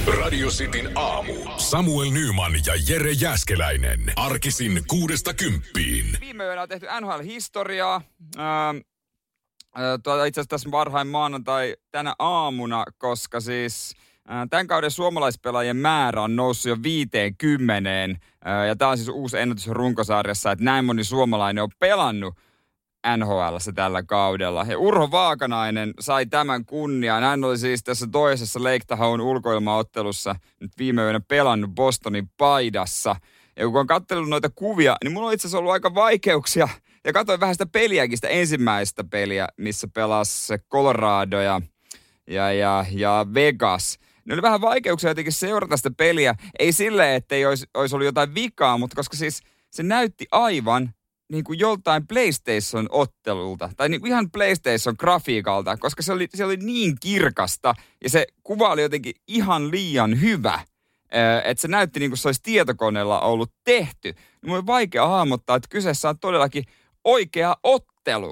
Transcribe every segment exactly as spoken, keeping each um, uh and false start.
Radio Cityn aamu. Samuel Nyman ja Jere Jääskeläinen. Arkisin kuudesta kymppiin. Viime yönä on tehty N H L-historiaa. Ähm, äh, tuota, itse asiassa tässä varhain maanantai tänä aamuna, koska siis äh, tämän kauden suomalaispelaajien määrä on noussut jo viiteenkymmeneen. Äh, ja tämä on siis uusi ennätys runkosarjassa, että näin moni suomalainen on pelannut N H L:ssä tällä kaudella. Ja Urho Vaakanainen sai tämän kunnian. Hän oli siis tässä toisessa Lake Tahoen ulkoilmaottelussa nyt viime yönä pelannut Bostonin paidassa. Ja kun on katsellut noita kuvia, niin mulla on itse asiassa ollut aika vaikeuksia. Ja katsoin vähän sitä peliäkin, sitä ensimmäistä peliä, missä pelasi Colorado ja, ja, ja, ja Vegas. Ne oli vähän vaikeuksia jotenkin seurata sitä peliä. Ei silleen, että ei olisi, olisi ollut jotain vikaa, mutta koska siis se näytti aivan niin kuin joltain PlayStation-ottelulta, tai niin kuin ihan PlayStation-grafiikalta, koska se oli, se oli niin kirkasta, ja se kuva oli jotenkin ihan liian hyvä, että se näytti niin kuin se olisi tietokoneella ollut tehty. Niin mun on vaikea hahmottaa, että kyseessä on todellakin oikea ottelu.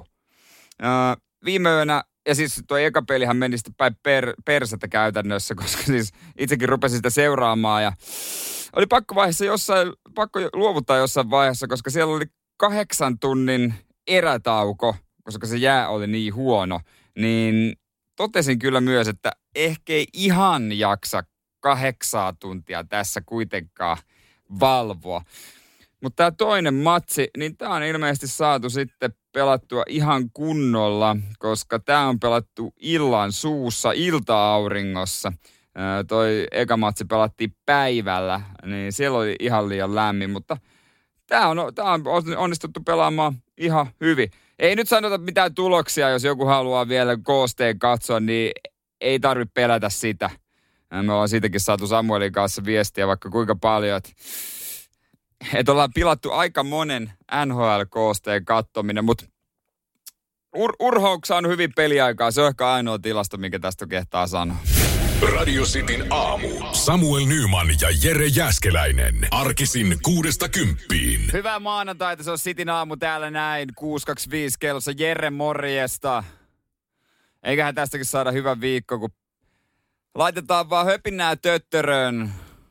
Viime yönä, ja siis tuo eka pelihän meni sitten päin per, persettä käytännössä, koska siis itsekin rupesin sitä seuraamaan, ja oli pakko vaiheessa jossain, pakko luovuttaa jossain vaiheessa, koska siellä oli kahdeksan tunnin erätauko, koska se jää oli niin huono, niin totesin kyllä myös, että ehkä ei ihan jaksa kahdeksaa tuntia tässä kuitenkaan valvoa. Mutta tämä toinen matsi, niin tämä on ilmeisesti saatu sitten pelattua ihan kunnolla, koska tämä on pelattu illan suussa, ilta-auringossa. Toi eka matsi pelattiin päivällä, niin siellä oli ihan liian lämmin, mutta Tämä on, tämä on onnistuttu pelaamaan ihan hyvin. Ei nyt sanota mitään tuloksia, jos joku haluaa vielä koosteen katsoa, niin ei tarvitse pelätä sitä. Me ollaan siitäkin saatu Samuelin kanssa viestiä vaikka kuinka paljon, että, että ollaan pilattu aika monen N H L-koosteen katsominen, mutta Ur- Urho on saanut hyvin peliaikaa. Se on ehkä ainoa tilasto, minkä tästä kehtaa sanoa. Radio Cityn aamu. Samuel Nyman ja Jere Jääskeläinen. Arkisin kuudesta kymppiin. Hyvää maanantaita, se on Cityn aamu täällä näin. kuusi kaksikymmentäviisi kellossa. Jere, morjesta. Eiköhän tästäkin saada hyvä viikko, kun laitetaan vaan höpinää töttörön.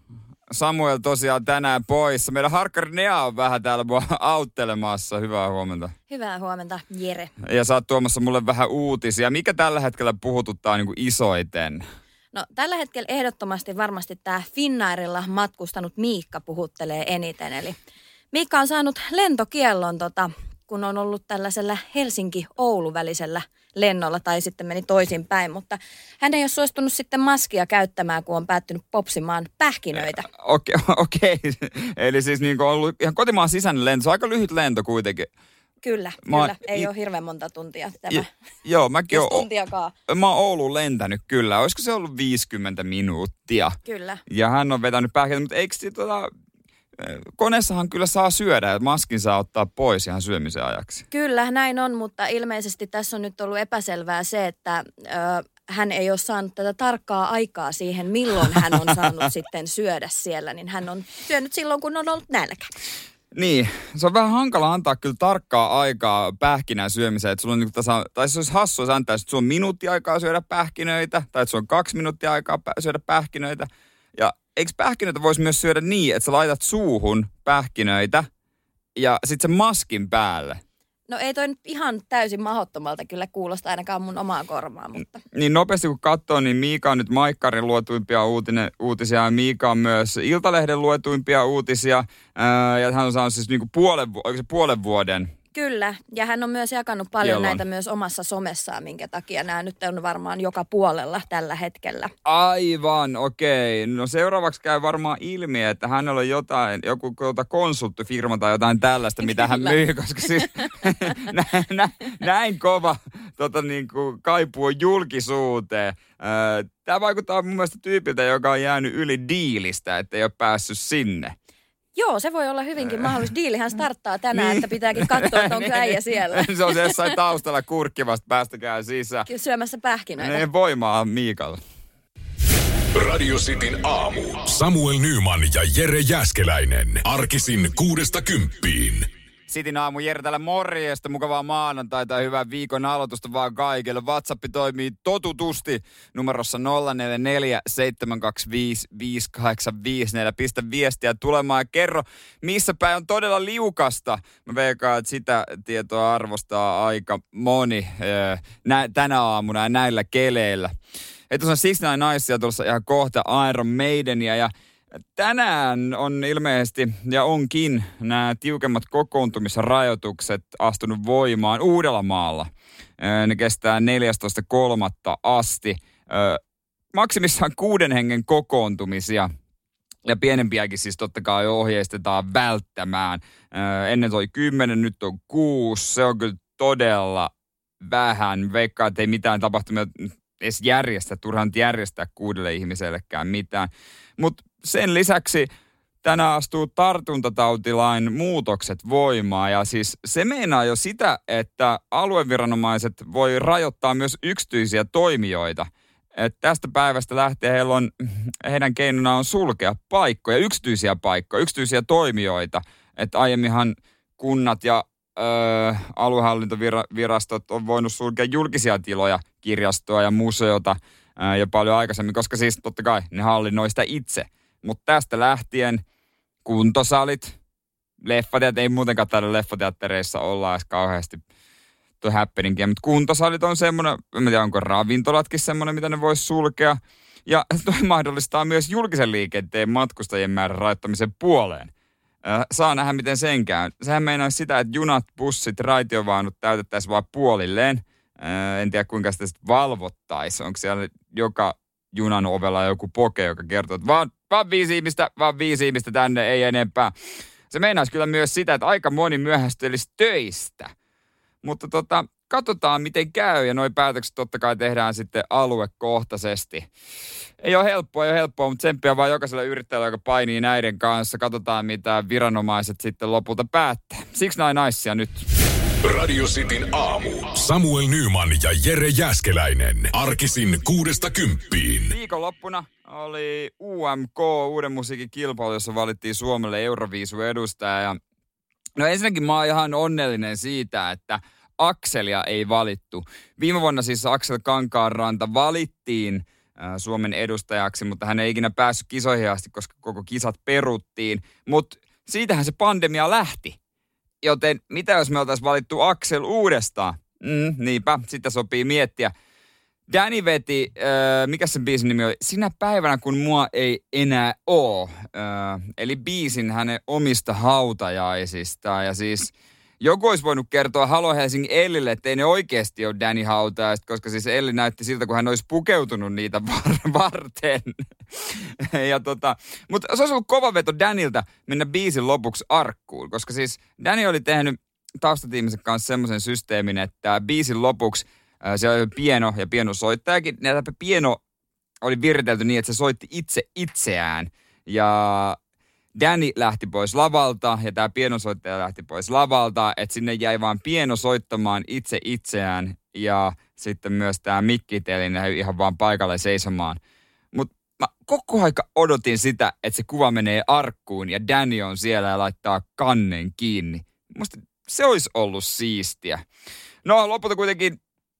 Samuel tosiaan tänään poissa. Meidän harkkari Nea on vähän täällä mua auttelemassa. Hyvää huomenta. Hyvää huomenta, Jere. Ja sä oot tuomassa mulle vähän uutisia. Mikä tällä hetkellä puhututtaa niin kuin isoiten? No tällä hetkellä ehdottomasti varmasti tämä Finnairilla matkustanut Miikka puhuttelee eniten. Eli Miikka on saanut lentokiellon, tota, kun on ollut tällaisella Helsinki-Oulu välisellä lennolla tai sitten meni toisinpäin, mutta hän ei ole suostunut sitten maskia käyttämään, kun on päättynyt popsimaan pähkinöitä. Okei, okay, okay. Eli siis niin kuin on ollut ihan kotimaan sisäinen lento, se on aika lyhyt lento kuitenkin. Kyllä, mä, kyllä. Ei i, ole hirveän monta tuntia tämä. I, joo, mäkin oon. tuntiakaan. Mä oon Ouluun lentänyt kyllä. Olisiko se ollut viisikymmentä minuuttia? Kyllä. Ja hän on vetänyt pähkinöitä, mutta eikö tota, koneessahan kyllä saa syödä ja maskin saa ottaa pois ihan syömisen ajaksi? Kyllä, näin on, mutta ilmeisesti tässä on nyt ollut epäselvää se, että ö, hän ei ole saanut tätä tarkkaa aikaa siihen, milloin hän on saanut sitten syödä siellä, niin hän on syönyt silloin, kun on ollut nälkä. Niin, se on vähän hankala antaa kyllä tarkkaa aikaa pähkinän syömiseen, että sulla on niin tasa, tai se olisi hassua, jos antaa, että sulla on minuutti aikaa syödä pähkinöitä, tai että sulla on kaksi minuuttia aikaa pä- syödä pähkinöitä. Ja eikö pähkinöitä voisi myös syödä niin, että sä laitat suuhun pähkinöitä ja sitten sen maskin päälle? No ei toi nyt ihan täysin mahdottomalta kyllä kuulosta ainakaan mun omaa korvaa, mutta... Niin nopeasti kun katsoo, niin Miika on nyt Maikkarin luetuimpia uutine, uutisia ja Miika on myös Iltalehden luetuimpia uutisia. Ää, ja hän on saanut siis niinku puolen, oliko se puolen vuoden? Kyllä, ja hän on myös jakanut paljon Kielon. näitä myös omassa somessaan, minkä takia nämä nyt on varmaan joka puolella tällä hetkellä. Aivan, okei. Okay. No seuraavaksi käy varmaan ilmi, että hänellä on jotain, joku konsulttifirma tai jotain tällaista, mitä hän myy, koska siis näin, näin, näin kova tota, niin kuin kaipuu on julkisuuteen. Tämä vaikuttaa mun mielestä tyypiltä, joka on jäänyt yli diilistä, että ei ole päässyt sinne. Joo, se voi olla hyvinkin mahdollista. Diilihän starttaa tänään, niin. Että pitääkin katsoa, että onko äijä siellä. Se on jossain taustalla kurkkivasta, päästäkää sisään. Syömässä pähkinöitä. Ne voimaa Miikalla. Radio Cityn aamu. Samuel Nyman ja Jere Jääskeläinen. Arkisin kuudesta kymppiin. Sitin aamu Jere täällä morjesta, mukavaa maanantaita ja hyvää viikon aloitusta vaan kaikille. WhatsApp toimii totutusti numerossa nolla neljä neljä seitsemän kaksi viisi viisi kahdeksan viisi neljä. Pistä viestiä tulemaan ja kerro, missä päin on todella liukasta. Mä veikkaan, että sitä tietoa arvostaa aika moni nä- tänä aamuna ja näillä keleillä. Ei tuossa Six Nine Nicesia tuossa ihan kohta Iron Maidenia ja tänään on ilmeisesti ja onkin nämä tiukemmat kokoontumisrajoitukset astunut voimaan Uudellamaalla. Ne kestää neljästoista kolmatta asti. Maksimissaan kuuden hengen kokoontumisia ja pienempiäkin siis totta kai ohjeistetaan välttämään. Ennen toi kymmenen, nyt on kuusi. Se on kyllä todella vähän. Veikkaa, että ei mitään tapahtumia edes järjestä, turhaan järjestää kuudelle ihmisellekään mitään. Mutta sen lisäksi tänään astuu tartuntatautilain muutokset voimaan ja siis se meinaa jo sitä, että alueviranomaiset voi rajoittaa myös yksityisiä toimijoita. Et tästä päivästä lähtien heillä on, heidän keinona on sulkea paikkoja, yksityisiä paikkoja, yksityisiä toimijoita. Että aiemminhan kunnat ja Öö, aluehallintovirastot on voinut sulkea julkisia tiloja, kirjastoa ja museota öö, jo paljon aikaisemmin, koska siis totta kai ne hallinnoi sitä itse. Mutta tästä lähtien kuntosalit, leffateat, ei muutenkaan täällä leffateattereissa olla edes kauheasti tuo happeningia, mutta kuntosalit on semmoinen, en tiedä onko ravintolatkin semmoinen, mitä ne voisi sulkea. Ja toi mahdollistaa myös julkisen liikenteen matkustajien määrän rajoittamisen puoleen. Saa nähdä, miten sen käy. Sehän meinaa sitä, että junat, bussit, raitiovaunut täytettäisiin vaan puolilleen. En tiedä, kuinka sitä sitten valvottaisiin. Onko siellä joka junan ovella joku poke, joka kertoo, että vaan, vaan viisi ihmistä, vaan viisi ihmistä tänne, ei enempää. Se meinaisi kyllä myös sitä, että aika moni myöhästelisi töistä. Mutta tota, katsotaan, miten käy. Ja nuo päätökset totta kai tehdään sitten aluekohtaisesti. Ei ole helppoa, ei ole helppoa, mutta tsemppiä vaan jokaiselle yrittäjälle, joka painii näiden kanssa. Katsotaan, mitä viranomaiset sitten lopulta päättää. Siksi näin naisia nyt. Radio Cityn aamu. Samuel Nyman ja Jere Jääskeläinen. Arkisin kuudesta kymppiin. Viikonloppuna oli U M K, uuden musiikin kilpailu, jossa valittiin Suomelle Euroviisu-edustaja. Ja no ensinnäkin mä oon ihan onnellinen siitä, että Akselia ei valittu. Viime vuonna siis Aksel Kankaanranta valittiin Suomen edustajaksi, mutta hän ei ikinä päässyt kisoihin asti, koska koko kisat peruttiin. Mutta siitähän se pandemia lähti. Joten mitä jos me oltaisiin valittu Aksel uudestaan? Mm, niinpä, sitä sopii miettiä. Danny veti, äh, mikä sen biisin nimi oli? Sinä päivänä, kun mua ei enää oo. Äh, eli biisin hänen omista hautajaisistaan. Ja siis joku olisi voinut kertoa Halo Helsingin Ellille, että ei ne oikeasti ole Danny hautajaiset, koska siis Elli näytti siltä, kun hän olisi pukeutunut niitä var- varten. ja tota, mutta se olisi ollut kova veto Danilta mennä biisin lopuksi arkkuun, koska siis Danny oli tehnyt taustatiimisen kanssa semmoisen systeemin, että biisin lopuksi äh, siellä oli pieno ja pienosoittajakin. Ja pieno oli viritelty niin, että se soitti itse itseään. Ja Danny lähti pois lavalta ja tämä pienosoittaja lähti pois lavalta, että sinne jäi vaan pieno soittamaan itse itseään ja sitten myös tämä mikkitelin ihan vaan paikalle seisomaan. Mutta mä koko aika odotin sitä, että se kuva menee arkkuun ja Danny on siellä ja laittaa kannen kiinni. Musta se olisi ollut siistiä. No lopulta kuitenkin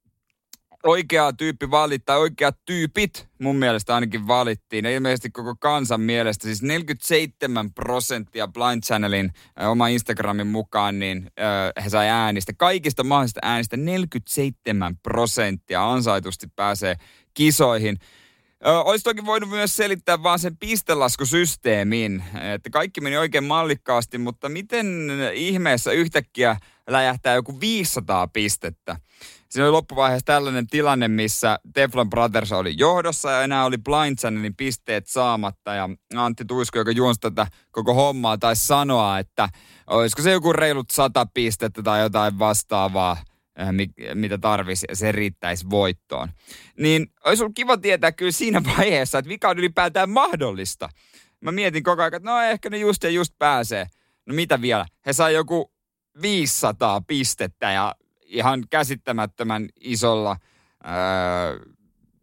oikea tyyppi valittiin, tai oikeat tyypit mun mielestä ainakin valittiin. Ja ilmeisesti koko kansan mielestä, siis neljäkymmentäseitsemän prosenttia Blind Channelin äh, oma Instagramin mukaan, niin äh, he sai äänistä. Kaikista mahdollisista äänistä neljäkymmentäseitsemän prosenttia ansaitusti pääsee kisoihin. Äh, olisi toki voinut myös selittää vaan sen pistelaskusysteemin, että kaikki meni oikein mallikkaasti, mutta miten ihmeessä yhtäkkiä läjähtää joku viisisataa pistettä? Siinä oli loppuvaiheessa tällainen tilanne, missä Teflon Brothers oli johdossa ja enää oli Blind Channelin pisteet saamatta. Ja Antti Tuisku, joka juonsi tätä koko hommaa, taisi sanoa, että olisiko se joku reilut sata pistettä tai jotain vastaavaa, mitä tarvisi, se riittäisi voittoon. Niin olisi ollut kiva tietää kyllä siinä vaiheessa, että mikä on ylipäätään mahdollista. Mä mietin koko ajan, että no ehkä ne just ja just pääsee. No mitä vielä? He sai joku viisisataa pistettä ja ihan käsittämättömän isolla ää,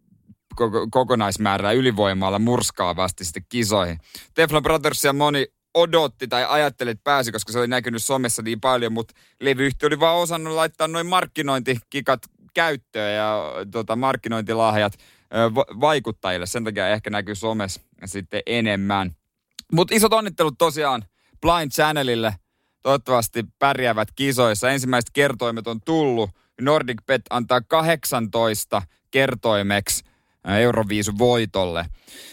koko, kokonaismäärällä ylivoimalla murskaavasti sitten kisoihin. Teflon Brothers ja moni odotti tai ajatteli, että pääsi, koska se oli näkynyt somessa niin paljon, mutta levyyhtiö oli vaan osannut laittaa noin markkinointikikat käyttöön ja tota, markkinointilahjat ö, va- vaikuttajille. Sen takia ehkä näkyy somessa sitten enemmän. Mutta isot onnittelut tosiaan Blind Channelille. Toivottavasti pärjäävät kisoissa. Ensimmäiset kertoimet on tullut. NordicBet antaa kahdeksantoista kertoimeksi Euroviisun voitolle.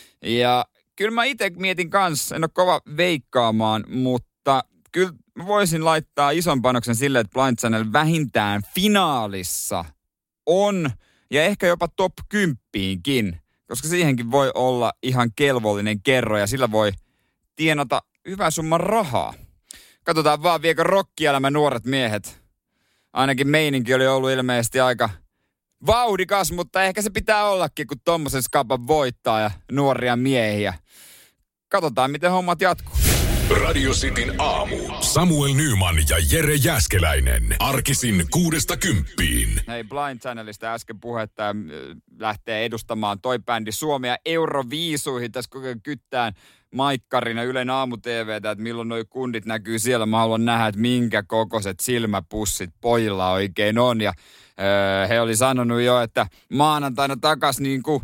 Ja kyllä mä itse mietin kanssa, en ole kova veikkaamaan, mutta kyllä voisin laittaa ison panoksen sille, että Blind Channel vähintään finaalissa on, ja ehkä jopa top kymmeneenkin, koska siihenkin voi olla ihan kelvollinen kerro, ja sillä voi tienata hyvän summan rahaa. Katsotaan vaan, viekö rokkielämä nuoret miehet. Ainakin meininki oli ollut ilmeisesti aika vauhdikas, mutta ehkä se pitää ollakin, kun tommosen skapan voittaa ja nuoria miehiä. Katsotaan, miten hommat jatkuu. Radio Cityn aamu. Samuel Nyman ja Jere Jääskeläinen. Arkisin kuudesta kymppiin. Hei, Blind Channelista äsken puhetta ja lähtee edustamaan toi bändi Suomea Euroviisuihin. Tässä koko ajan kyttään maikkarina Ylen aamu-tvtä, että milloin noi kundit näkyy siellä. Mä haluan nähdä, että minkä kokoiset silmäpussit pojilla oikein on. Ja öö, he oli sanonut jo, että maanantaina takas niin kuin,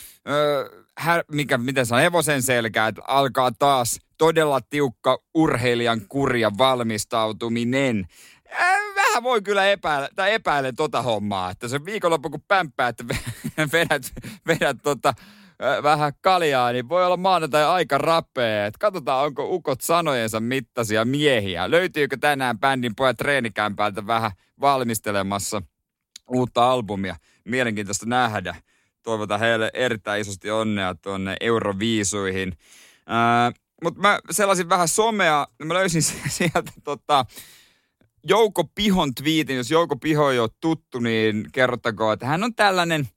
öö, här, mikä, miten sanon, hevosen selkää, että alkaa taas todella tiukka urheilijan kurja valmistautuminen. Vähän voi kyllä epäillä, tai epäile tota hommaa, että se viikonloppu kun pämppää, että vedät, vedät tota, vähän kaljaa, niin voi olla maanantai aika rapea. Et katsotaan, onko ukot sanojensa mittaisia miehiä. Löytyykö tänään bändin pojat treenikämpältä vähän valmistelemassa uutta albumia? Mielenkiintoista nähdä. Toivotan heille erittäin isosti onnea tuonne Euroviisuihin. Ää, Mutta mä selasin vähän somea, mä löysin sieltä tota, Jouko Pihon twiitin. Jos Jouko Piho ei ole tuttu, niin kerrottakoon, että hän on tällainen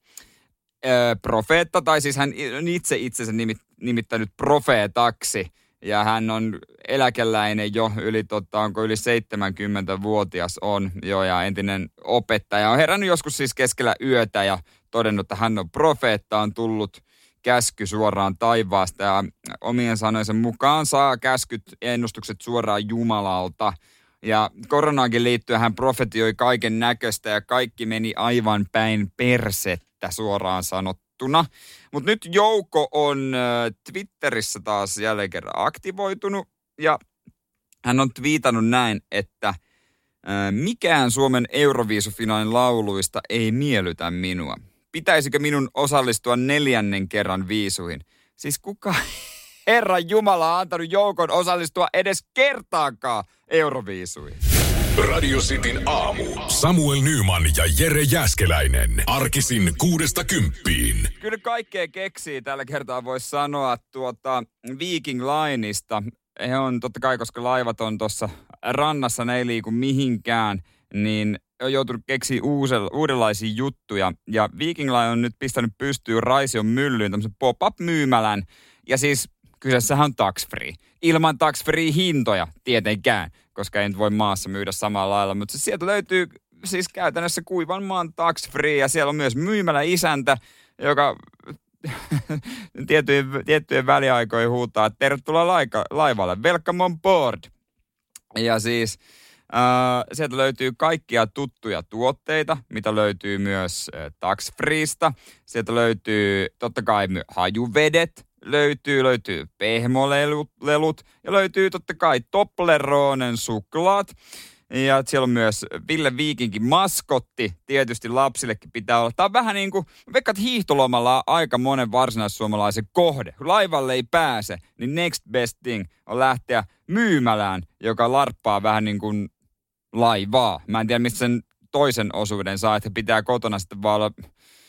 ö, profeetta, tai siis hän on itse itsensä nimit, nimittänyt profeetaksi. Ja hän on eläkeläinen jo, yli, tota, onko yli seitsemänkymmentävuotias on jo, ja entinen opettaja. On herännyt joskus siis keskellä yötä ja todennut, että hän on profeetta, on tullut käsky suoraan taivaasta ja omien sanojensa mukaan saa käskyt ja ennustukset suoraan Jumalalta. Ja koronaankin liittyen hän profetioi kaiken näköistä ja kaikki meni aivan päin persettä suoraan sanottuna. Mutta nyt Jouko on Twitterissä taas jälleen kerran aktivoitunut ja hän on twiitannut näin, että mikään Suomen Euroviisufinaalin lauluista ei miellytä minua. Pitäisikö minun osallistua neljännen kerran viisuihin? Siis kuka Herran Jumala on antanut Joukon osallistua edes kertaakaan Euroviisuihin? Radio Cityn aamu. Samuel Nyman ja Jere Jääskeläinen. Arkisin kuudesta kymppiin. Kyllä kaikkea keksii tällä kertaa voisi sanoa tuota Viking Lineista. He on totta kai, koska laivat on tuossa rannassa, ne ei liiku mihinkään, niin on joutunut keksiä uudenlaisia juttuja. Ja Viking Line on nyt pistänyt pystyyn Raision myllyyn tämmöisen pop-up-myymälän. Ja siis kyseessähän on tax-free. Ilman tax-free hintoja tietenkään, koska ei nyt voi maassa myydä samalla lailla. Mutta sieltä löytyy siis käytännössä kuivan maan tax-free. Ja siellä on myös myymälä isäntä, joka tiettyjen, tiettyjen väliaikoihin huutaa, että tervetuloa laika, laivalle. Welcome on board. Ja siis Uh, sieltä löytyy kaikkia tuttuja tuotteita, mitä löytyy myös uh, tax-freesta. Sieltä löytyy totta kai myös hajuvedet, löytyy, löytyy pehmolelut lelut, ja löytyy totta kai Tobleronen suklaat. Ja siellä on myös Ville Viikinkin maskotti, tietysti lapsillekin pitää olla. Tämä on vähän niin kuin, vaikka hiihtolomalla on aika monen varsinaissuomalaisen kohde. Kun laivalle ei pääse, niin next best thing on lähteä myymälään, joka larppaa vähän niin kuin laivaa. Mä en tiedä, mistä sen toisen osuuden saa, että pitää kotona sitten vaan olla,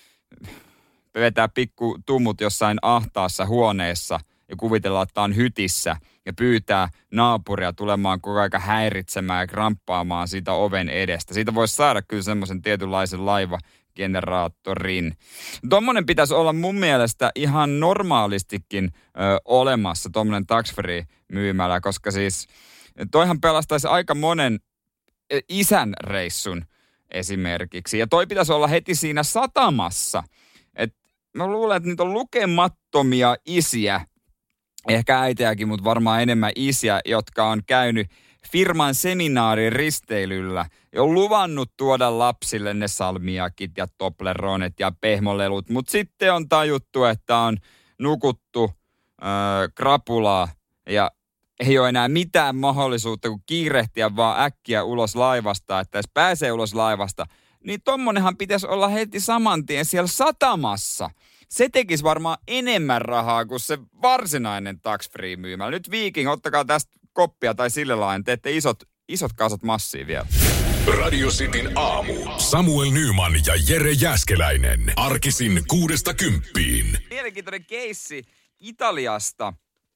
vetää pikku tummut jossain ahtaassa huoneessa ja kuvitella, että on hytissä ja pyytää naapuria tulemaan koko ajan häiritsemään ja kramppaamaan siitä oven edestä. Siitä voisi saada kyllä semmoisen tietynlaisen laivageneraattorin. Tuommoinen pitäisi olla mun mielestä ihan normaalistikin ö, olemassa, tuommoinen tax-free myymälä, koska siis toihan pelastaisi aika monen isän reissun esimerkiksi. Ja toi pitäisi olla heti siinä satamassa. Et mä luulen, että niitä on lukemattomia isiä, ehkä äitiäkin, mutta varmaan enemmän isiä, jotka on käynyt firman seminaarin risteilyllä ja on luvannut tuoda lapsille ne salmiakit ja tobleronet ja pehmolelut, mutta sitten on tajuttu, että on nukuttu äh, krapulaa ja ei ole enää mitään mahdollisuutta kuin kiirehtiä vaan äkkiä ulos laivasta, että jos pääsee ulos laivasta, niin tommonenhan pitäisi olla heti saman tien siellä satamassa. Se tekisi varmaan enemmän rahaa kuin se varsinainen tax-free myymälä. Nyt Viking, ottakaa tästä koppia tai sillä lailla, teette isot, isot kasat massia vielä. Radio Cityn aamu. Samuel Nyman ja Jere Jääskeläinen. Arkisin kuudesta kymppiin. Mielenkiintoinen keissi Italiasta.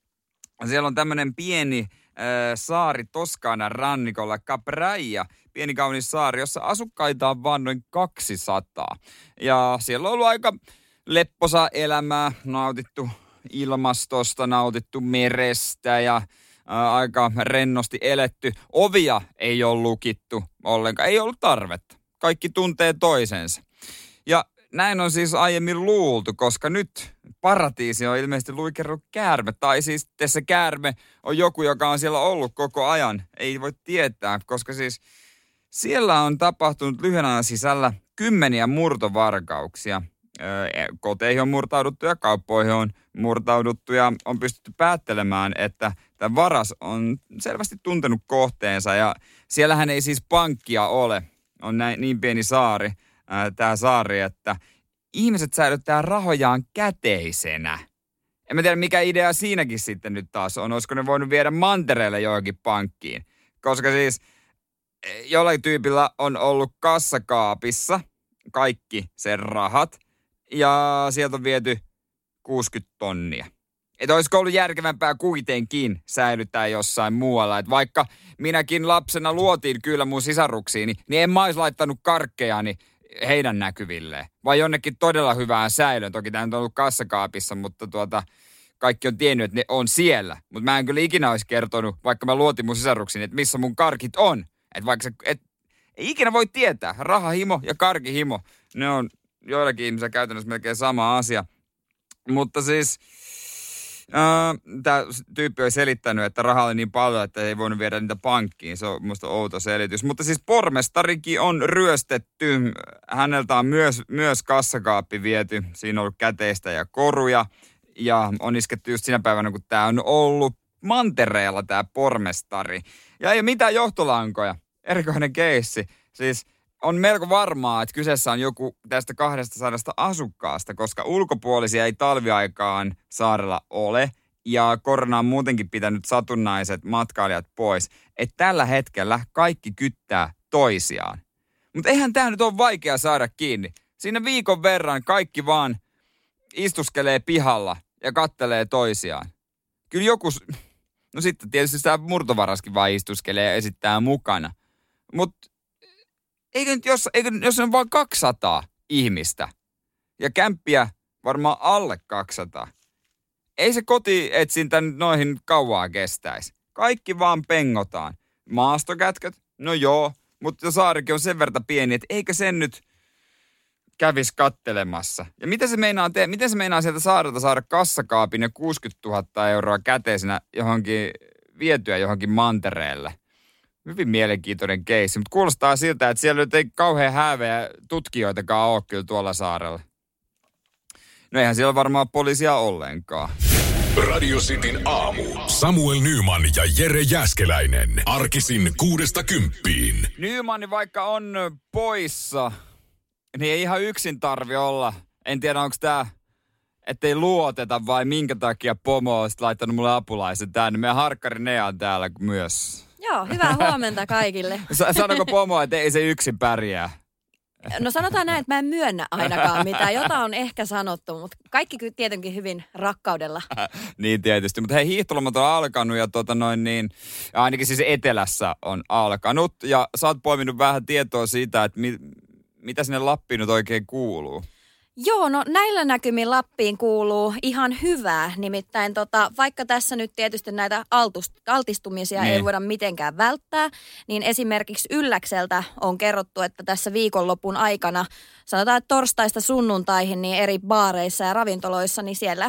Siellä on tämmöinen pieni äh, saari Toskanan rannikolla, Capraia, pieni kaunis saari, jossa asukkaita on vaan noin kaksisataa. Ja siellä on ollut aika lepposa elämää, nautittu ilmastosta, nautittu merestä ja ää, aika rennosti eletty. Ovia ei ole lukittu ollenkaan, ei ollut tarvetta. Kaikki tuntee toisensa. Ja näin on siis aiemmin luultu, koska nyt paratiisi on ilmeisesti luikerrut käärme. Tai siis tässä käärme on joku, joka on siellä ollut koko ajan. Ei voi tietää, koska siis siellä on tapahtunut lyhyen ajan sisällä kymmeniä murtovarkauksia. Koteihin on murtauduttu ja kauppoihin on murtauduttu ja on pystytty päättelemään, että tämä varas on selvästi tuntenut kohteensa ja siellähän ei siis pankkia ole. On näin, niin pieni saari, tämä saari, että ihmiset säilyttää rahojaan käteisenä. En mä tiedä, mikä idea siinäkin sitten nyt taas on. Olisiko ne voinut viedä mantereelle johonkin pankkiin? Koska siis jollain tyypillä on ollut kassakaapissa kaikki sen rahat. Ja sieltä on viety kuusikymmentä tonnia. Että olisiko ollut järkevämpää kuitenkin säilyttää jossain muualla. Että vaikka minäkin lapsena luotiin kyllä mun sisaruksiini, niin en mä olisi laittanut karkkejani heidän näkyvilleen. Vai jonnekin todella hyvään säilöön. Toki tämä on ollut kassakaapissa, mutta tuota, kaikki on tiennyt, että ne on siellä. Mutta mä en kyllä ikinä olisi kertonut, vaikka mä luotin mun sisaruksiini, että missä mun karkit on. Että vaikka se, et, ei ikinä voi tietää. Rahahimo ja karkihimo, ne on joillakin ihmisillä käytännössä melkein sama asia. Mutta siis äh, tämä tyyppi on selittänyt, että rahaa oli niin paljon, että ei voinut viedä niitä pankkiin. Se on musta outo selitys. Mutta siis pormestarikin on ryöstetty. Häneltä on myös, myös kassakaappi viety. Siinä on ollut käteistä ja koruja. Ja on isketty just sinä päivänä, kun tämä on ollut mantereella tämä pormestari. Ja ei ole mitään johtolankoja. Erikoinen keissi. Siis on melko varmaa, että kyseessä on joku tästä kahdestasadasta asukkaasta, koska ulkopuolisia ei talviaikaan saarella ole. Ja korona on muutenkin pitänyt satunnaiset matkailijat pois. Että tällä hetkellä kaikki kyttää toisiaan. Mutta eihän tämä nyt ole vaikea saada kiinni. Siinä viikon verran kaikki vaan istuskelee pihalla ja kattelee toisiaan. Kyllä joku, no sitten tietysti tämä murtovaraskin vaan istuskelee ja esittää mukana. Mutta eikö nyt jos, eikö, jos on vain kaksisataa ihmistä ja kämppiä varmaan alle kaksisataa, ei se kotietsintä nyt noihin kauaa kestäisi. Kaikki vaan pengotaan. Maastokätköt, no joo, mutta saarikin on sen verran pieni, että eikö sen nyt kävisi kattelemassa. Ja mitä se meinaa tehdä? Miten se meinaa sieltä saarelta saada kassakaapin ja kuusikymmentätuhatta euroa käteisenä johonkin, vietyä johonkin mantereelle? Hyvin mielenkiintoinen keissi, mutta kuulostaa siltä, että siellä nyt ei kauhean hääveä tutkijoitakaan ole kyllä tuolla saarella. No eihän siellä varmaan poliisia ollenkaan. Radio Cityn aamu. Samuel Nyman ja Jere Jääskeläinen. Arkisin kuudesta kymppiin. Nyman vaikka on poissa, niin ei ihan yksin tarvi olla. En tiedä, onko tämä, ettei luoteta vai minkä takia pomo on laittanut mulle apulaisen tänne. Meidän harkkari Nea on täällä myös. Joo, hyvää huomenta kaikille. Sanoko pomo, että ei se yksin pärjää? No sanotaan näin, että mä en myönnä ainakaan mitään. Jota on ehkä sanottu, mutta kaikki kyllä tietenkin hyvin rakkaudella. Niin tietysti, mutta hei, hiihtolomat on alkanut ja tota noin niin, ainakin siis etelässä on alkanut. Ja sä oot poiminut vähän tietoa siitä, että mi, mitä sinne Lappiin nyt oikein kuuluu. Joo, no näillä näkymin Lappiin kuuluu ihan hyvää. Nimittäin tota, vaikka tässä nyt tietysti näitä altust, altistumisia niin ei voida mitenkään välttää, niin esimerkiksi Ylläkseltä on kerrottu, että tässä viikonlopun aikana, sanotaan että torstaista sunnuntaihin, niin eri baareissa ja ravintoloissa, niin siellä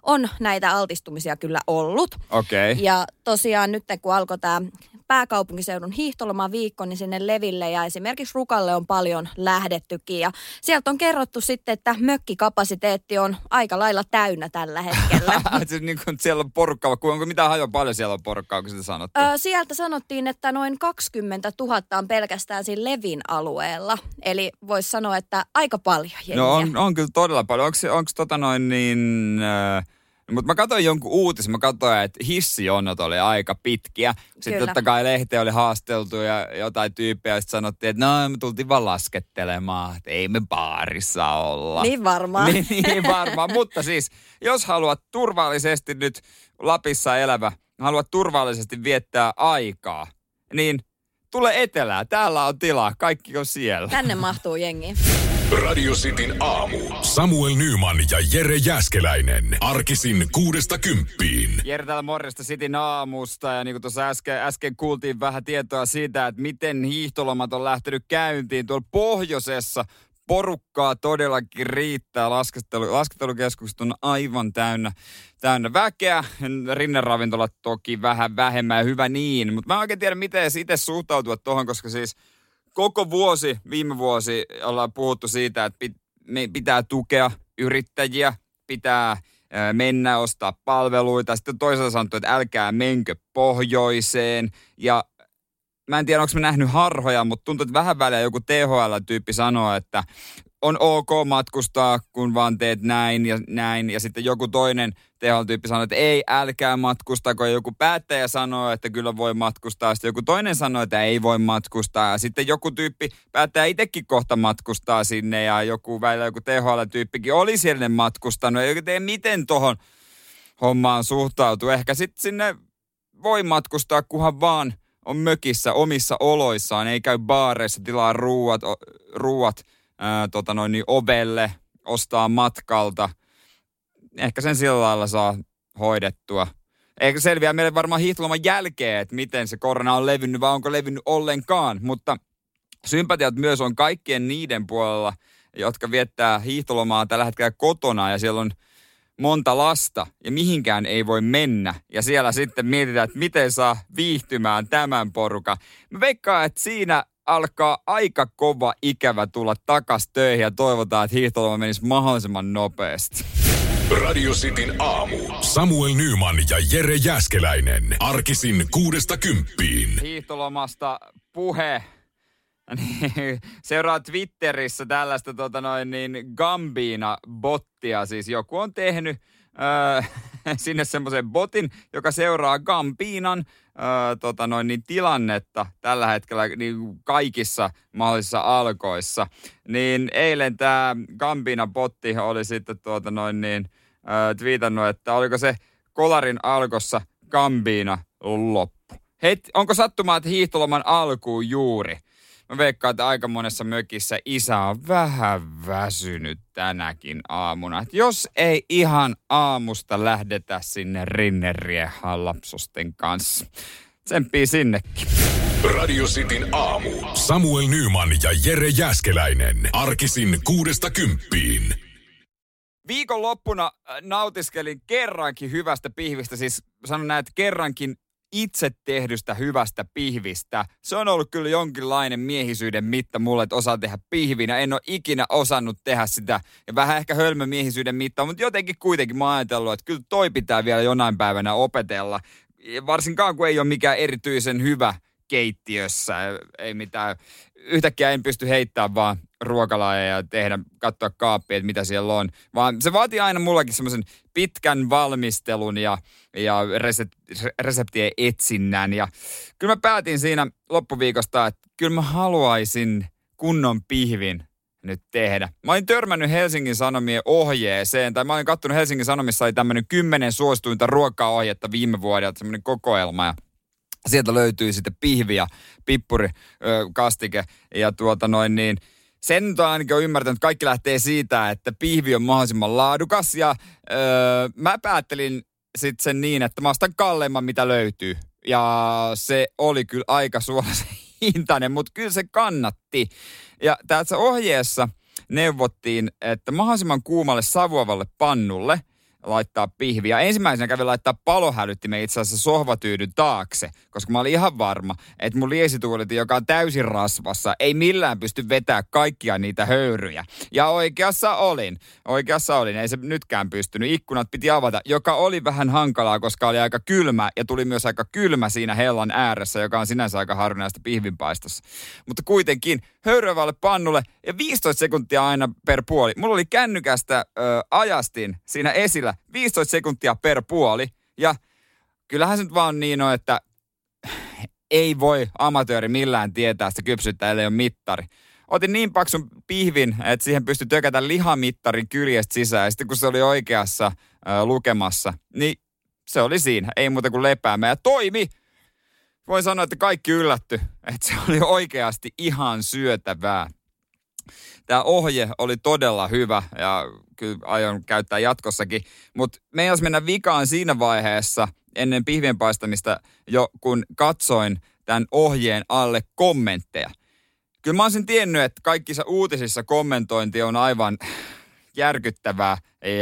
on näitä altistumisia kyllä ollut. Okei. Okay. Ja tosiaan nyt kun alkoi tämä pääkaupunkiseudun hiihtolomaviikko, niin sinne Leville ja esimerkiksi Rukalle on paljon lähdettykin. Ja sieltä on kerrottu sitten, että mökkikapasiteetti on aika lailla täynnä tällä hetkellä. siis niin kuin siellä on porukkaa, onko mitään hajoa paljon siellä on porukkaa, kun sitä sanottiin? Öö, sieltä sanottiin, että noin kaksikymmentätuhatta on pelkästään siinä Levin alueella. Eli voisi sanoa, että aika paljon jengiä. No on, on kyllä todella paljon. Onko, onko tota noin niin... Äh, mutta mä katsoin jonkun uutisen, mä katsoin, että hissijonot oli aika pitkiä. Sitten Kyllä. totta kai lehteen oli haasteltu ja jotain tyyppejä, sitten sanottiin, että no me tultiin vaan laskettelemaan, että ei me baarissa olla. Niin varmaan. niin, niin varmaan, mutta siis jos haluat turvallisesti nyt Lapissa elävä, haluat turvallisesti viettää aikaa, niin tule etelään, täällä on tilaa, kaikki on siellä. Tänne mahtuu jengi. Radio Cityn aamu. Samuel Nyman ja Jere Jääskeläinen. Arkisin kuudesta kymppiin. Jere täällä morjesta Cityn aamusta ja niin kuin tuossa äsken, äsken kuultiin vähän tietoa siitä, että miten hiihtolomat on lähtenyt käyntiin tuolla pohjoisessa. Porukkaa todellakin riittää. Laskentelu, laskettelukeskukset on aivan täynnä, täynnä väkeä. Rinneravintolat toki vähän vähemmän ja hyvä niin. Mutta mä en oikein tiedä, miten itse suhtautua tuohon, koska siis koko vuosi, viime vuosi ollaan puhuttu siitä, että me pitää tukea yrittäjiä, pitää mennä ostaa palveluita. Sitten toisaalta sanottu, että älkää menkö pohjoiseen. Ja mä en tiedä, onko mä nähnyt harhoja, mutta tuntuu, että vähän väliä joku T H L-tyyppi sanoo, että on ok matkustaa, kun vaan teet näin ja näin. Ja sitten joku toinen T H L-tyyppi sanoo, että ei, älkää matkustako. Joku päättäjä sanoo, että kyllä voi matkustaa. Sitten joku toinen sanoo, että ei voi matkustaa. Ja sitten joku tyyppi päättää itsekin kohta matkustaa sinne. Ja joku välillä joku T H L-tyyppikin oli siellä matkustanut. Ja joku tee miten tohon hommaan suhtautuu. Ehkä sitten sinne voi matkustaa, kunhan vaan on mökissä omissa oloissaan. Ei käy baareissa, tilaa ruuat, ruuat ää, tota noin, niin ovelle, ostaa matkalta. Ehkä sen sillä lailla saa hoidettua. Eikä selviä meille varmaan hiihtoloman jälkeen, että miten se korona on levinnyt vai onko levinnyt ollenkaan. Mutta sympatiat myös on kaikkien niiden puolella, jotka viettää hiihtolomaa tällä hetkellä kotona ja siellä on monta lasta ja mihinkään ei voi mennä. Ja siellä sitten mietitään, että miten saa viihtymään tämän porukan. Mä veikkaan, että siinä alkaa aika kova ikävä tulla takas töihin ja toivotaan, että hiihtoloma menisi mahdollisimman nopeasti. Radio Cityn aamu. Samuel Nyman ja Jere Jääskeläinen. Arkisin kuudesta kymppiin. Hiihtolomasta puhe. Seuraa Twitterissä tällaista tota noin, niin Gambina-bottia. Siis joku on tehnyt öö, sinne semmoisen botin, joka seuraa Gambinan öö, tota noin, niin tilannetta tällä hetkellä niin kaikissa mahdollisissa alkoissa. Niin eilen tämä Gambina-botti oli sitten tuota noin niin, öö, twiitannut, että oliko se Kolarin alkossa Gambina loppu. Hei, onko sattumaa, että hiihtoloman alkuun juuri? Mä veikkaan, että aika monessa mökissä isä on vähän väsynyt tänäkin aamuna. Et jos ei ihan aamusta lähdetä sinne rinneriehaan lapsosten kanssa. Tsemppii sinnekin. Radio Cityn aamu. Samuel Nyman ja Jere Jääskeläinen. Arkisin kuudesta kymppiin. Viikonloppuna nautiskelin kerrankin hyvästä pihvistä. Siis sanon näin, että kerrankin itse tehdystä hyvästä pihvistä. Se on ollut kyllä jonkinlainen miehisyyden mitta mulle, että osaa tehdä pihvinä. En ole ikinä osannut tehdä sitä. Ja vähän ehkä hölmö miehisyyden mitta, mutta jotenkin kuitenkin mä oon ajatellut, että kyllä toi pitää vielä jonain päivänä opetella. Varsinkaan kun ei ole mikään erityisen hyvä keittiössä. Ei mitään. Yhtäkkiä en pysty heittämään vaan ruokalajeja ja tehdä, katsoa kaappia, että mitä siellä on. Vaan se vaatii aina mullakin semmoisen pitkän valmistelun ja, ja resept- reseptien etsinnän. Ja kyllä mä päätin siinä loppuviikosta, että kyllä mä haluaisin kunnon pihvin nyt tehdä. Mä olin törmännyt Helsingin Sanomien ohjeeseen, tai mä olin katsonut Helsingin Sanomissa, oli tämmöinen kymmenen suosituinta ruokaohjetta viime vuodelta, semmoinen kokoelma. Ja sieltä löytyy sitten pihvi ja pippurikastike. Ja tuota noin niin, sen nyt on ainakin ymmärtänyt, että kaikki lähtee siitä, että pihvi on mahdollisimman laadukas. Ja öö, mä päättelin sitten sen niin, että mä ostan kalleimman, mitä löytyy. Ja se oli kyllä aika suolaisen hintainen, mutta kyllä se kannatti. Ja tässä ohjeessa neuvottiin, että mahdollisimman kuumalle savuavalle pannulle laittaa pihviä. Ensimmäisenä kävin laittaa palohälyttimen itse asiassa sohvatyydyn taakse, koska mä olin ihan varma, että mun liesituoliti, joka on täysin rasvassa, ei millään pysty vetämään kaikkia niitä höyryjä. Ja oikeassa olin. Oikeassa olin. Ei se nytkään pystynyt. Ikkunat piti avata, joka oli vähän hankalaa, koska oli aika kylmä ja tuli myös aika kylmä siinä hellan ääressä, joka on sinänsä aika harvinaista pihvinpaistossa. Mutta kuitenkin höyryävälle pannulle ja viisitoista sekuntia aina per puoli. Mulla oli kännykästä ö, ajastin siinä esillä viisitoista sekuntia per puoli. Ja kyllähän se nyt vaan niin on, että ei voi amatööri millään tietää sitä kypsyttää, ellei ole mittari. Otin niin paksun pihvin, että siihen pystyi tökätä lihamittarin kyljestä sisään. Ja sitten kun se oli oikeassa ö, lukemassa, niin se oli siinä. Ei muuta kuin lepäämään. Ja toimi! Voin sanoa, että kaikki yllätty, että se oli oikeasti ihan syötävää. Tämä ohje oli todella hyvä ja kyllä aion käyttää jatkossakin, mutta meinas mennä vikaan siinä vaiheessa ennen pihvien paistamista jo kun katsoin tämän ohjeen alle kommentteja. Kyllä mä olisin tiennyt, että kaikissa uutisissa kommentointi on aivan järkyttävää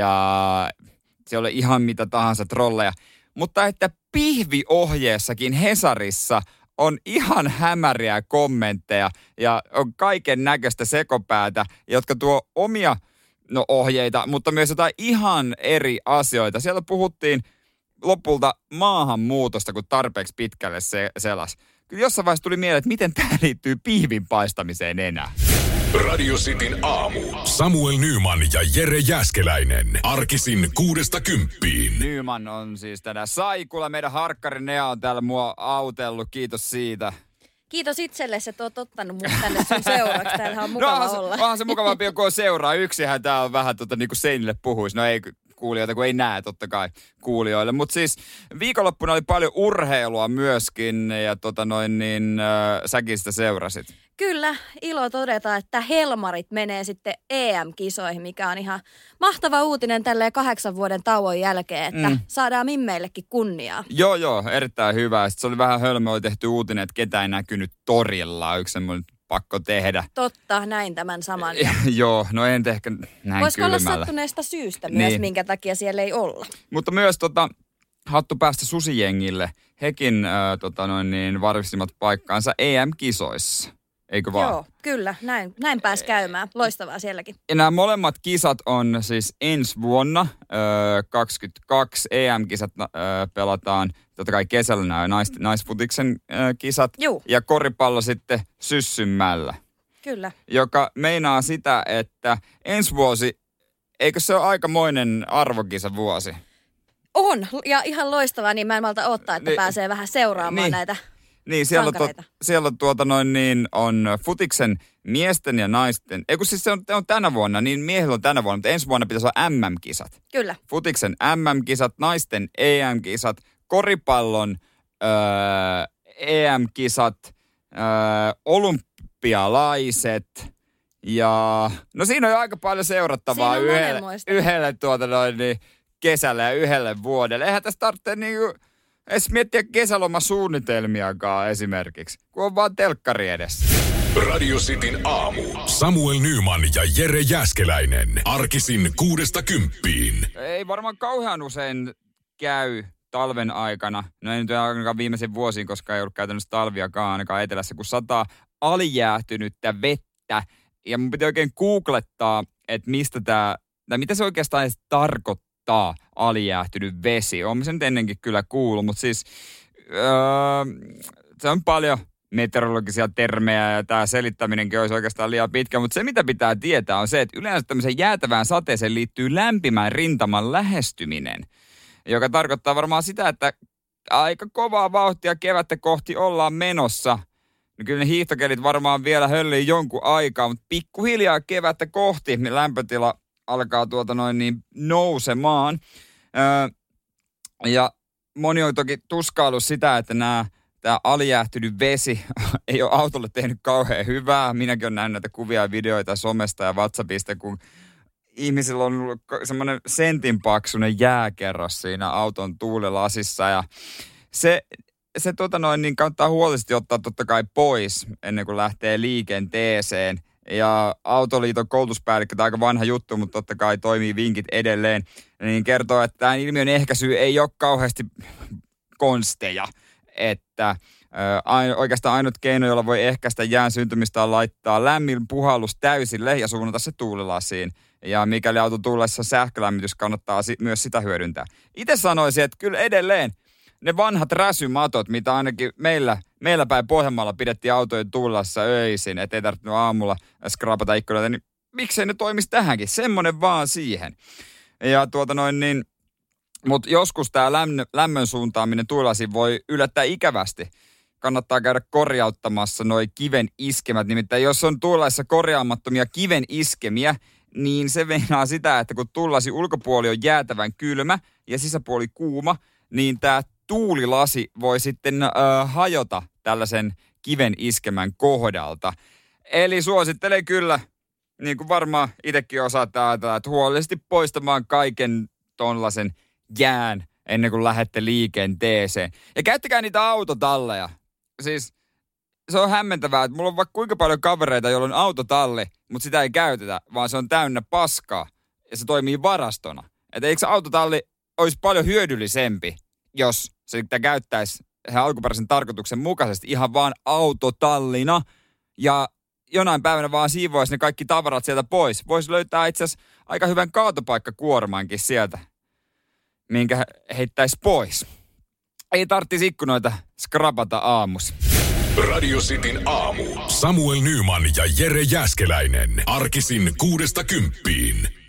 ja se oli ihan mitä tahansa trolleja. Mutta että pihviohjeessakin Hesarissa on ihan hämäriä kommentteja ja on kaiken näköistä sekopäätä, jotka tuo omia no, ohjeita, mutta myös jotain ihan eri asioita. Siellä puhuttiin lopulta maahanmuutosta, kun tarpeeksi pitkälle se selas. Kyllä jossain vaiheessa tuli mieleen, että miten tämä liittyy pihvin paistamiseen enää. Radio Cityn aamu. Samuel Nyman ja Jere Jääskeläinen. Arkisin kuudesta kymppiin. Nyman on siis tänään Saikulla. Meidän harkkari Nea on täällä mua autellut. Kiitos siitä. Kiitos itsellesi, että oot ottanut mut tänne sun seuraksi. Täällähän on mukava no, onhan olla. Onhan se mukavampi, kun on seuraa. Yksihän tää on vähän tota, niin kuin seinille puhuisi. No ei kuulijoita, kun ei näe totta kai kuulijoille. Mutta siis viikonloppuna oli paljon urheilua myöskin ja tota noin niin äh, säkin sitä seurasit. Kyllä, ilo todeta, että Helmarit menee sitten E M-kisoihin, mikä on ihan mahtava uutinen tälleen kahdeksan vuoden tauon jälkeen, että mm. saadaan mimmeillekin kunniaa. Joo, joo, erittäin hyvä. Sitten se oli vähän hölmö, oli tehty uutinen, että ketään ei näkynyt torilla. Yksi semmoinen pakko tehdä. Totta, näin tämän saman. Joo, no en ehkä näin Voisiko kylmällä. olla sattuneesta syystä myös, niin. minkä takia siellä ei olla. Mutta myös tota, hattu päästä susijengille. Hekin äh, tota noin niin, varmistivat paikkaansa E M-kisoissa. Eikö vaan? Joo, kyllä. Näin, näin pääsi käymään. Loistavaa sielläkin. Ja nämä molemmat kisat on siis ensi vuonna, öö, kaksikymmentäkaksi E M-kisat öö, pelataan. Totta kai kesällä nämä nais, naisfutiksen öö, kisat. Juu. Ja koripallo sitten Syssynmällä. Kyllä. Joka meinaa sitä, että ensi vuosi, eikö se ole aikamoinen arvokisa vuosi? On. Ja ihan loistavaa, niin mä en malta odottaa, että niin, pääsee vähän seuraamaan niin. näitä. Niin, siellä on, to, siellä on tuota noin niin, on futiksen miesten ja naisten, ei kun siis se on, on tänä vuonna, niin miehillä on tänä vuonna, mutta ensi vuonna pitäisi olla M M-kisat. Kyllä. Futiksen M M-kisat, naisten E M-kisat, koripallon öö, E M-kisat, öö, olympialaiset ja no siinä on jo aika paljon seurattavaa yhdelle, yhdelle tuota noin niin, kesälle ja yhdelle vuodelle. Eihän tästä tarvitse niinku edes miettiä kesälomasuunnitelmiakaan esimerkiksi, kun on vaan telkkari edessä. Radio Cityn aamu. Samuel Nyman ja Jere Jääskeläinen. Arkisin kuudesta kymppiin. Ei varmaan kauhean usein käy talven aikana. No ei nyt ainakaan viimeisen vuosiin, koska ei ollut käytännössä talviakaan ainakaan etelässä, kun sataa alijäähtynyttä vettä. Ja mun piti oikein googlettaa, että mistä tää, tai mitä se oikeastaan edes tarkoittaa. Alijäähtynyt vesi. Olen sen ennenkin kyllä kuullut, mutta siis öö, se on paljon meteorologisia termejä ja tämä selittäminenkin olisi oikeastaan liian pitkä, mutta se mitä pitää tietää on se, että yleensä tämmöiseen jäätävään sateeseen liittyy lämpimän rintaman lähestyminen, joka tarkoittaa varmaan sitä, että aika kovaa vauhtia kevättä kohti ollaan menossa. No kyllä ne hiihtokelit varmaan vielä höllii jonkun aikaa, mutta pikkuhiljaa kevättä kohti niin lämpötila alkaa tuota noin niin nousemaan. Öö, ja moni on toki tuskaillut sitä, että nämä, tämä alijäähtynyt vesi ei ole autolle tehnyt kauhean hyvää. Minäkin olen nähnyt näitä kuvia ja videoita somesta ja WhatsAppista, kun ihmisillä on ollut semmoinen sentinpaksuinen jääkerros siinä auton tuulilasissa. Ja se, se tota noin, niin kannattaa huolellisesti ottaa totta kai pois ennen kuin lähtee liikenteeseen. ja Autoliiton koulutuspäällikkö, tämä aika vanha juttu, mutta totta kai toimii vinkit edelleen, niin kertoo, että tämän ilmiön ehkäisy ei ole kauheasti konsteja, että oikeastaan ainut keino, jolla voi ehkäistä jään syntymistä on laittaa lämmin puhallus täysille ja suunnata se tuulilasiin. Ja mikäli auto tullessa sähkölämmitys, kannattaa myös sitä hyödyntää. Itse sanoisin, että kyllä edelleen ne vanhat räsymatot, mitä ainakin meillä, meillä päin Pohjanmaalla pidettiin autojen tullassa öisin, ettei tarvinnut aamulla skrapata ikkunoita, niin miksei ne toimisi tähänkin? Semmoinen vaan siihen. Ja tuota noin niin, mutta joskus tämä lämmön, lämmön suuntaaminen tuulilasiin voi yllättää ikävästi. Kannattaa käydä korjauttamassa noi kiven iskemät. Nimittäin jos on tuulilaissa korjaamattomia kiven iskemiä, niin se meinaa sitä, että kun tuulilasi ulkopuoli on jäätävän kylmä ja sisäpuoli kuuma, niin tämä tuulilasi voi sitten äh, hajota tällaisen kiven iskemän kohdalta. Eli suosittelen kyllä, niin kuin varmaan itsekin osaatte ajatella, että huolellisesti poistamaan kaiken tuollaisen jään ennen kuin lähdette liikenteeseen. Ja käyttäkää niitä autotalleja. Siis se on hämmentävää, että mulla on vaikka kuinka paljon kavereita, joilla on autotalli, mutta sitä ei käytetä, vaan se on täynnä paskaa ja se toimii varastona. Että eikö se autotalli olisi paljon hyödyllisempi, jos se sitä käyttäisi ihan alkuperäisen tarkoituksen mukaisesti ihan vaan autotallina ja jonain päivänä vaan siivoisi ne kaikki tavarat sieltä pois. Voisi löytää itse asiassa aika hyvän kaatopaikkakuormankin sieltä, minkä heittäisi pois. Ei tarvitsisi ikkunoita skrapata aamusi. Radio Cityn aamu. Samuel Nyman ja Jere Jääskeläinen. Arkisin kuudesta kymppiin.